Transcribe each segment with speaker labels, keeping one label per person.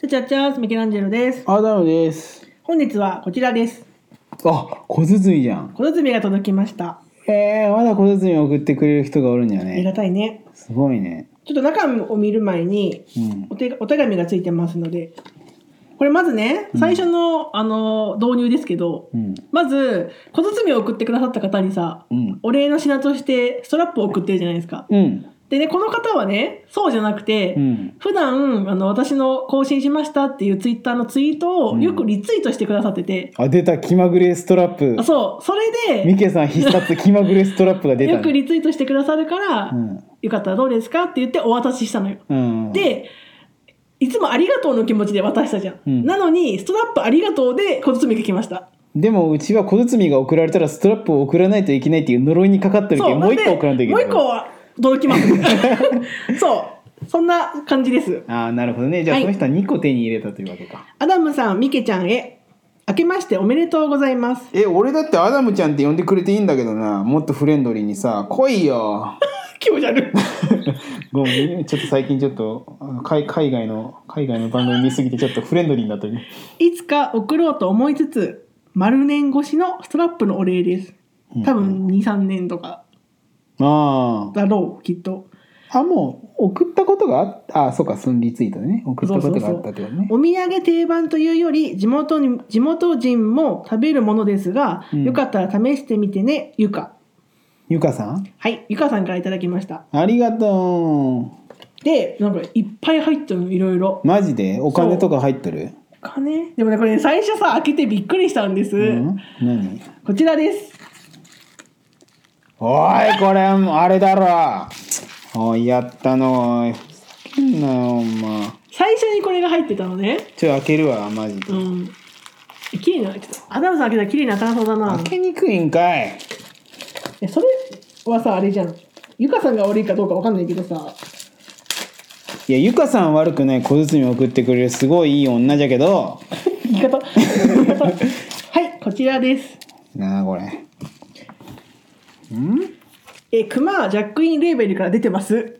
Speaker 1: チャチャーミケランジェロです。
Speaker 2: アダムです。
Speaker 1: 本日はこちらです。
Speaker 2: あ、小包じゃん。
Speaker 1: 小包が届きました。
Speaker 2: まだ小包を送ってくれる人がおるんじゃね。
Speaker 1: ありがたいね。
Speaker 2: すごいね。
Speaker 1: ちょっと中を見る前に、お手紙がついてますので、これまずね、最初の、導入ですけど、まず小包を送ってくださった方にさ、お礼の品としてストラップを送ってるじゃないですか。でね、この方はね、そうじゃなくて、普段私の更新しましたっていうツイッターのツイートをよくリツイートしてくださってて、
Speaker 2: 出た気まぐれストラップ。
Speaker 1: そうそれで
Speaker 2: ミケさん必殺気まぐれストラップが出た、
Speaker 1: よくリツイートしてくださるから、よかったらどうですかって言ってお渡ししたのよ。で、いつもありがとうの気持ちで渡したじゃん。なのにストラップありがとうで小包が来ました。
Speaker 2: でもうちは小包が送られたらストラップを送らないといけないっていう呪いにかかってるけど、もう一個送らないといけない。
Speaker 1: もう一個は届きますそんな感じです。
Speaker 2: なるほどね。じゃあその人は2個手に入れたというわけか。
Speaker 1: アダムさん、ミケちゃんへ明けましておめでとうございます。
Speaker 2: 俺だってアダムちゃんって呼んでくれていいんだけどな。もっとフレンドリーにさ、来いよ。
Speaker 1: 気持ち悪い。
Speaker 2: ごめん、ちょっと最近ちょっと海外の番組見すぎてちょっとフレンドリーになったね。
Speaker 1: いつか送ろうと思いつつ、丸年越しのストラップのお礼です。多分 2,3 年とかだろう、きっと。
Speaker 2: もう送ったことがあった。そうか、そのリツイートでね、送ったことがあったってことね。
Speaker 1: お土産定番というより地元人も食べるものですが、よかったら試してみてね。ゆかさん、はい、ゆかさんからいただきました。
Speaker 2: ありがと
Speaker 1: う。で、なんかいっぱい入ってるの、いろいろ。
Speaker 2: マジでお金とか入ってる？
Speaker 1: お金でもね、これね、最初さ開けてびっくりしたんです。
Speaker 2: 何？こ
Speaker 1: ちらです。
Speaker 2: おい、これあれだろ。おい、やったの。ふざけんなよ、お前。
Speaker 1: 最初にこれが入ってたのね。
Speaker 2: 開けるわ、マジで。
Speaker 1: 綺麗な、ちょっとアダムさん開けたら綺麗に開かなそうだな。
Speaker 2: 開けにくいんかい。
Speaker 1: それはさ、あれじゃん。ゆかさんが悪いかどうかわかんないけどさ。
Speaker 2: いや、ゆかさん悪くない小包送ってくれるすごいいい女じゃけど。
Speaker 1: 言い方。はい、こちらです。
Speaker 2: なあ、これ。
Speaker 1: クマジャックインレーベルから出てます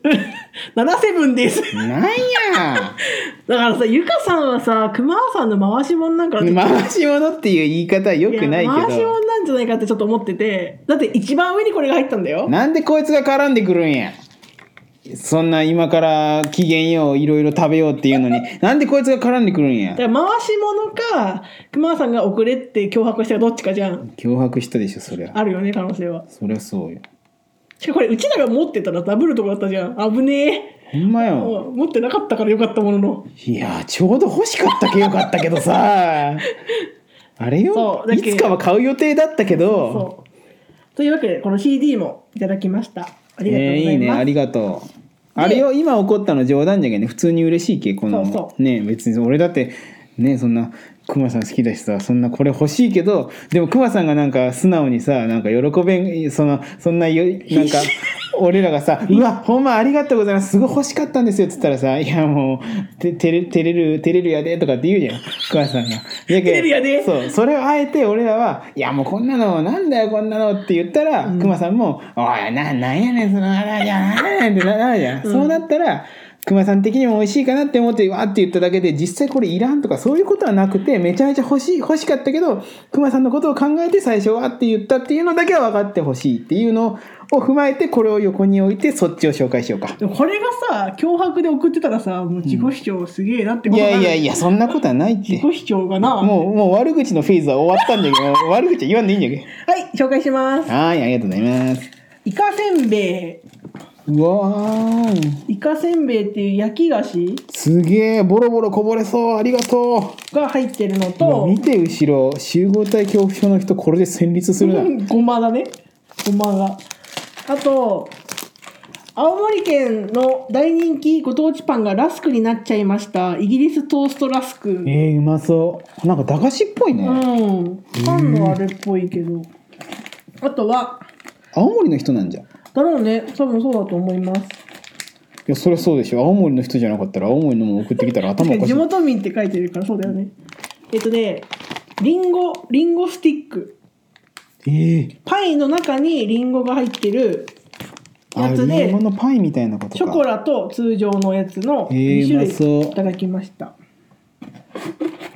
Speaker 1: 77です。
Speaker 2: なんや
Speaker 1: だからさ、ゆかさんはさ、クマさんの回し物なんか
Speaker 2: 回し物っていう言い方はよくないけど、
Speaker 1: 回し物なんじゃないかってちょっと思ってて、だって一番上にこれが入ったんだよ。
Speaker 2: なんでこいつが絡んでくるんや。そんな今から機嫌よういろいろ食べようっていうのになんでこいつが絡んでくるんや。
Speaker 1: だから回し物かクマさんが遅れって脅迫したらどっちかじゃん。
Speaker 2: 脅迫したでしょ、そりゃ。
Speaker 1: あるよね、可能性は。
Speaker 2: そりゃそうよ。
Speaker 1: しかもこれうちらが持ってたらダブルとかだったじゃん。危ねえ。
Speaker 2: ほんまよ。
Speaker 1: 持ってなかったからよかったものの。
Speaker 2: いやちょうど欲しかったけよかったけどさあれよ、いつかは買う予定だったけど。
Speaker 1: そうというわけでこの CD もいただきました。ありがとうございます。
Speaker 2: いいね、ありがとう。あれよ、今起こったの冗談じゃけんね、普通に嬉しいけこのね。別に俺だってね、そんなクマさん好きだしさ、そんなこれ欲しいけど、でもクマさんがなんか素直にさ、なんか喜べん、そんななんか俺らがさうわほんまありがとうございます、すごい欲しかったんですよっつったらさ、いやもう照れるやでとかって言うじゃん、クマさんが。
Speaker 1: 照れるやで。
Speaker 2: そう、それをあえて俺らはいやもうこんなのなんだよこんなのって言ったら、クマさんもおいなんやねんその話じゃなんってなるじゃん。そうなったらクマさん的にも美味しいかなって思ってわーって言っただけで、実際これいらんとかそういうことはなくて、めちゃめちゃ欲しかったけどクマさんのことを考えて最初はって言ったっていうのだけは分かってほしいっていうのを踏まえて、これを横に置いてそっちを紹介しようか。
Speaker 1: でもこれがさ脅迫で送ってたらさ、もう自己主張すげえなってこと
Speaker 2: いやそんなことはないって。
Speaker 1: 自己主張がな、
Speaker 2: もう悪口のフェーズは終わったんだけど悪口は言わんでいいんだけど。
Speaker 1: はい、紹介します。
Speaker 2: はい、ありがとうございます。
Speaker 1: イカせんべい。
Speaker 2: うわー、
Speaker 1: イカせんべいっていう焼き菓子
Speaker 2: すげえボロボロこぼれそう、ありがと
Speaker 1: うが入ってるのと、
Speaker 2: 見て後ろ、集合体恐怖症の人これで戦慄するな
Speaker 1: ごまだね、ごまが。あと青森県の大人気ご当地パンがラスクになっちゃいました。イギリストーストラスク。
Speaker 2: うまそう。なんか駄菓子っぽいね。
Speaker 1: パンのあれっぽいけど。あとは
Speaker 2: 青森の人なんじゃ。
Speaker 1: だろうね、多分そうだと思います。い
Speaker 2: やそりゃそうでしょ、青森の人じゃなかったら青森のも送ってきたら頭おかしい。
Speaker 1: 地元民って書いてるからそうだよね。リンゴスティック。パイの中にリンゴが入ってるやつで、
Speaker 2: リンゴのパイみたいなことか。
Speaker 1: ショコラと通常のやつの2種類いただきました。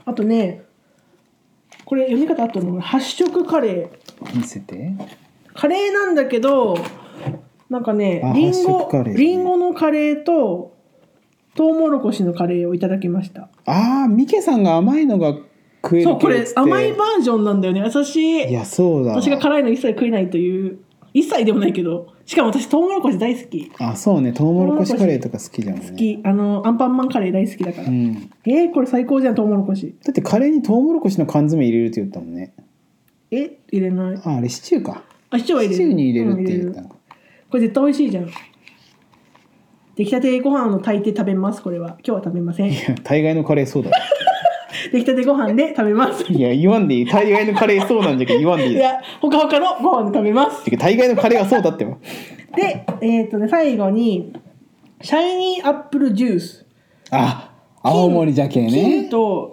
Speaker 1: あとねこれ読み方あったの発色カレー
Speaker 2: 見せて。
Speaker 1: カレーなんだけどなんかねリンゴのカレーとトウモロコシのカレーをいただきました。
Speaker 2: ああ、ミケさんが甘いのが食える
Speaker 1: そうこれ甘いバージョンなんだよね。優しい。
Speaker 2: いやそうだ。
Speaker 1: 私が辛いの一切食えないという一切でもないけどしかも私トウモロコシ大好き。
Speaker 2: あそうねトウモロコシカレーとか好きじゃんね。
Speaker 1: 好きアンパンマンカレー大好きだから、これ最高じゃんトウモロコシ。
Speaker 2: だってカレーにトウモロコシの缶詰入れるって言ったもんね。
Speaker 1: 入れない。
Speaker 2: あれシチューか。
Speaker 1: シチューは入れる。
Speaker 2: シチューに入れるって言ったの、
Speaker 1: これ絶対美味しいじゃん。出来たてご飯を炊いて食べます。これは今日は食べません。
Speaker 2: いや大概のカレーそうだ。
Speaker 1: 出来たてご飯で食べます。
Speaker 2: いや言わんでいい。大概のカレーそうなんじゃけど言わんでいい。
Speaker 1: いやほかほかのご飯で食べます。
Speaker 2: 大概のカレーはそうだってば。
Speaker 1: で最後にシャイニーアップルジュース。
Speaker 2: あ青森じゃけね。
Speaker 1: 金と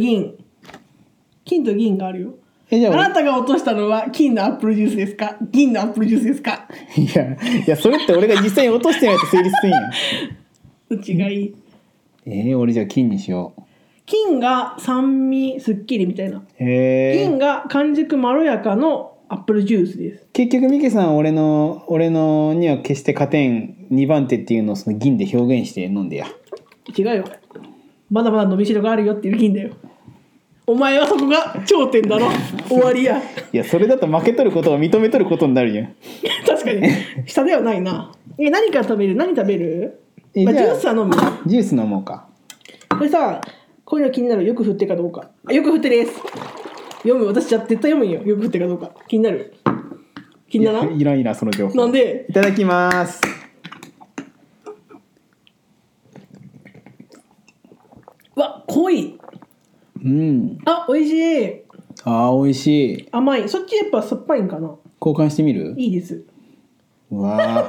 Speaker 1: 銀があるよ。
Speaker 2: じゃあ
Speaker 1: なたが落としたのは金のアップルジュースですか銀のアップルジュースですか。
Speaker 2: いやそれって俺が実際に落としてないと成立せんやん。
Speaker 1: どっちがいい？
Speaker 2: 俺じゃあ金にしよう。
Speaker 1: 金が酸味すっきりみたいな。
Speaker 2: 銀
Speaker 1: が完熟まろやかのアップルジュースです。
Speaker 2: 結局ミケさん俺のには決して勝てん2番手っていうのをその銀で表現して飲んでや。
Speaker 1: 違うよ。まだまだ伸びしろがあるよっていう銀だよ。お前はそこが頂点だろ。終わりや。
Speaker 2: いやそれだと負け取ることを認め取ることになるじゃん。
Speaker 1: 確かに下ではないな。何食べる？ジュースは飲む。
Speaker 2: ジュース飲もうか。
Speaker 1: これさこういうの気になる。よく振ってかどうか。よく振ってです。読む。私じゃ絶対読むんよ。よく振ってかどうか気になる。気にならん？
Speaker 2: いらんその情報。
Speaker 1: なんで？
Speaker 2: いただきます。
Speaker 1: わ濃い。美味しい。
Speaker 2: 美味しい。
Speaker 1: 甘い。そっちやっぱ酸っぱいんかな。
Speaker 2: 交換してみる？
Speaker 1: いいです。
Speaker 2: うわ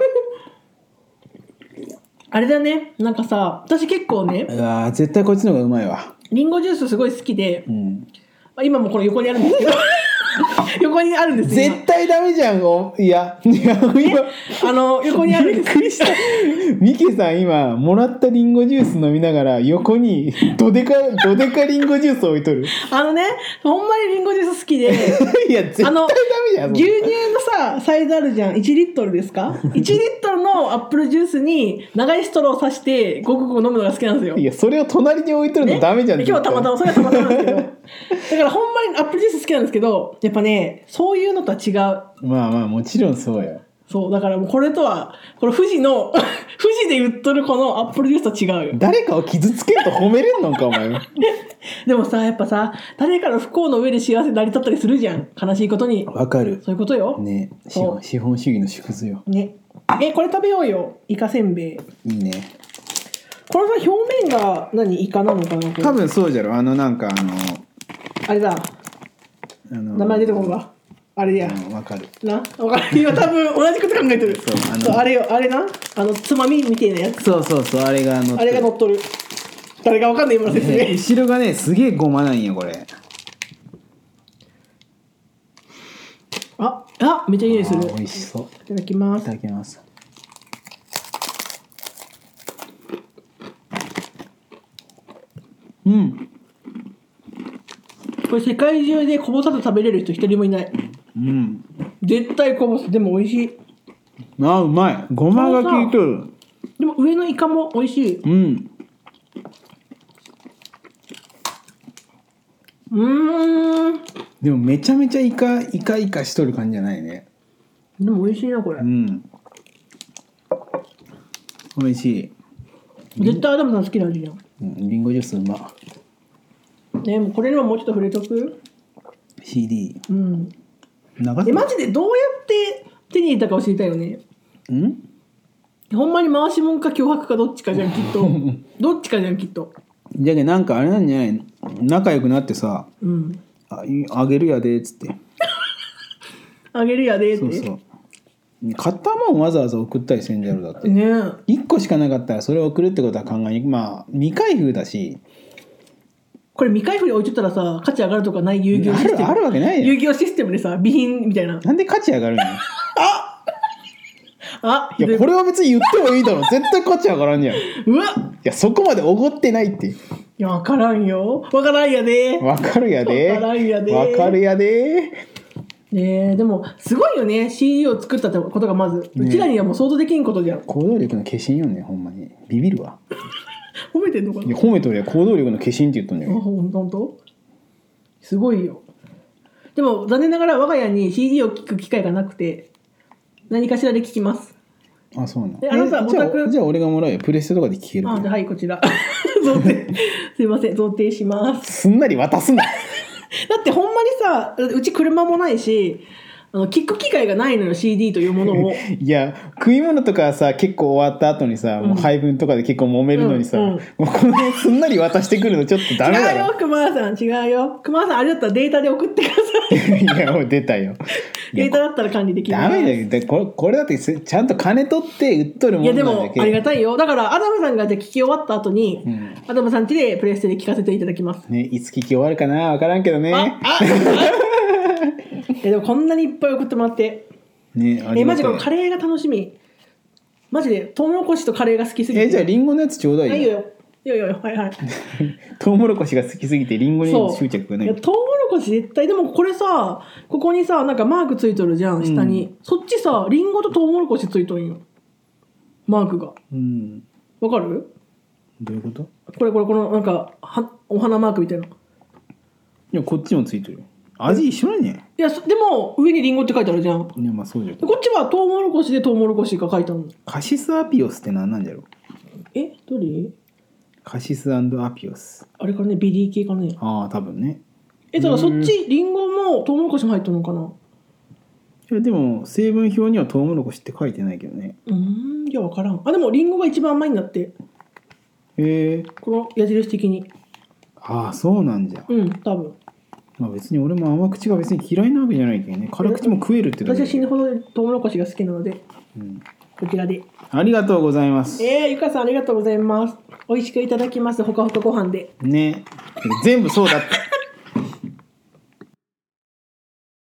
Speaker 1: あれだね。なんかさ私結構ね
Speaker 2: 絶対こっちの方がうまいわ。
Speaker 1: リンゴジュースすごい好きで、今もこの横にあるんですけど横にあるんですよ。
Speaker 2: 絶対ダメじゃん。いや
Speaker 1: 横にあるんです。
Speaker 2: びっくりした。ミケさん今もらったリンゴジュース飲みながら横にどでかリンゴジュース置いとる。
Speaker 1: ほんまにリンゴジュース好きで
Speaker 2: いや絶対ダメじゃん。
Speaker 1: 牛乳のさサイズあるじゃん。1リットルですか1リットルのアップルジュースに長いストローを刺してごくごく飲むのが好きなんですよ。
Speaker 2: いやそれを隣に置いとるのダメじゃん、
Speaker 1: 今日はたまたまそれはたまたまなんですけどだからほんまにアップルジュース好きなんですけどやっぱねそういうのとは違う。
Speaker 2: まあもちろんそうや。
Speaker 1: そうだからもうこれとはこの富士で売っとるこのアップルジュースと違うよ。
Speaker 2: 誰かを傷つけると褒めれんのかお前は。
Speaker 1: でもさやっぱさ誰かの不幸の上で幸せに成り立ったりするじゃん。悲しいことに。
Speaker 2: わかる。
Speaker 1: そういうことよ
Speaker 2: ね。資本主義の縮図よ
Speaker 1: ね。これ食べようよ。イカせんべい。
Speaker 2: いいね。
Speaker 1: これさ表面がイカなのかな。
Speaker 2: 多分そうじゃろ。なんか
Speaker 1: あれだ。名前出てこんわ。あれや。
Speaker 2: わかる。
Speaker 1: わかる。今多分同じこと考えてる。そうあれよあれなつまみみたいなやつ。
Speaker 2: そうあれが
Speaker 1: 乗っとる。誰かわかんない今の説明。
Speaker 2: 後ろがねすげえごまなんよこれ。
Speaker 1: めっちゃいい匂いする。
Speaker 2: 美味しそう。
Speaker 1: いただきます。
Speaker 2: いただきます。
Speaker 1: これ世界中でこぼさず食べれる人一人もいない。絶対こぼす。でも美味しい。
Speaker 2: うまい。ごまが効いとる。
Speaker 1: でも上のイカも美味しい。
Speaker 2: でもめちゃめちゃイカしとる感じじゃないね。
Speaker 1: でも美味しいなこれ。
Speaker 2: 美味しい。
Speaker 1: 絶対アダムさん好きな味じゃん。
Speaker 2: リンゴジュースうま。
Speaker 1: ねもうこれにはもうちょっと触れとく。
Speaker 2: CD。
Speaker 1: マジでどうやって手に入れたか知りたいよね。ほんまに回しもんか脅迫かどっちかじゃんきっと。どっちかじゃんきっと。
Speaker 2: じゃけなんかあれなんじゃない？仲良くなってさ、あげるやでっつって。
Speaker 1: あげるやでって。
Speaker 2: そう買ったもんわざわざ送ったりせんじゃろだって。
Speaker 1: ね。
Speaker 2: 1個しかなかったらそれを送るってことは考えに未開封だし。
Speaker 1: これ未開封に置いとったらさ価値上がるとかない遊戯王システム。
Speaker 2: あるわけないやん。
Speaker 1: 遊戯王システムでさ備品みたいな。
Speaker 2: なんで価値上がるの？ いやこれは別に言ってもいいだろ絶対価値上がらんじゃん。
Speaker 1: うわ
Speaker 2: いやそこまでおごってないって。
Speaker 1: いや分からんよ。分からんやで。
Speaker 2: わかるやで。
Speaker 1: 分からんやで。
Speaker 2: わかるやで。
Speaker 1: でもすごいよね CD を作ったってことがまず、うちらにはもう想像できんことじゃん。
Speaker 2: 行動力の化身よねほんまにビビるわ。
Speaker 1: 褒めてんのかな。
Speaker 2: いや褒めとるや行動力の化身って言ったんだよ。
Speaker 1: 本当すごいよ。でも残念ながら我が家に CD を聴く機会がなくて何かしらで聴きます。
Speaker 2: あそうなん。
Speaker 1: あなたはオタク
Speaker 2: じゃあ俺がもらうよプレステとかで聴けるから。
Speaker 1: はいこちら贈呈すいません贈呈します。
Speaker 2: すんなり渡すな。
Speaker 1: だってほんまにさうち車もないし聞く機会がないのよ CD というものを。
Speaker 2: いや食い物とかさ結構終わった後にさ、もう配分とかで結構揉めるのにさ、もうこの辺すんなり渡してくるのちょっとダメだろ。
Speaker 1: 違うよ熊田さん違うよ。熊田さんあれだったらデータで送ってください。
Speaker 2: いやもう出たよ。
Speaker 1: データだったら管理できる。
Speaker 2: ダメだよ。でこれだってちゃんと金取って売っとるもんなんだけど。
Speaker 1: いやでもありがたいよ。だからアダムさんがじゃあ聞き終わった後に、アダムさん家でプレステで聞かせていただきます。
Speaker 2: ね、いつ聞き終わるかな分からんけどね。
Speaker 1: でもこんなにいっぱい送ってもらって、
Speaker 2: ね、
Speaker 1: マジこのカレーが楽しみ。マジでトウモロコシとカレーが好きすぎて。
Speaker 2: じゃあリンゴのやつちょうだいよ。
Speaker 1: いいよいやはいはい。
Speaker 2: トウモロコシが好きすぎてリンゴに執着がない。
Speaker 1: いやトウモロコシ絶対でもこれさここにさなんかマークついとるじゃん下に、そっちさリンゴとトウモロコシついとるんよマークが。わかる？
Speaker 2: どういうこと？
Speaker 1: これこのなんかお花マークみたいな。い
Speaker 2: やこっちもついてるよ。味一緒なんね。
Speaker 1: いやでも上にリンゴって書いてあるじゃん。
Speaker 2: いやまあそうじゃん。
Speaker 1: こっちはトウモロコシでトウモロコシが書いてあるの。
Speaker 2: カシスアピオスって何なんだろう。
Speaker 1: どれ？
Speaker 2: カシス&アピオス。
Speaker 1: あれかねベリー系かね。
Speaker 2: ああ多分ね。
Speaker 1: だからそっちリンゴもトウモロコシも入ってるのかな。
Speaker 2: いやでも成分表にはトウモロコシって書いてないけどね。
Speaker 1: いや分からん。でもリンゴが一番甘いんだって。この矢印的に。
Speaker 2: ああそうなんじゃ。
Speaker 1: 多分。
Speaker 2: まあ別に俺も甘口が別に嫌いなわけじゃないけどね。辛口も食えるってだけ。
Speaker 1: 私は死ぬほどトウモロコシが好きなので、こちらで。
Speaker 2: ありがとうございます。
Speaker 1: ゆかさんありがとうございます。美味しくいただきます。ほかほかご飯で。
Speaker 2: ね。全部そうだって。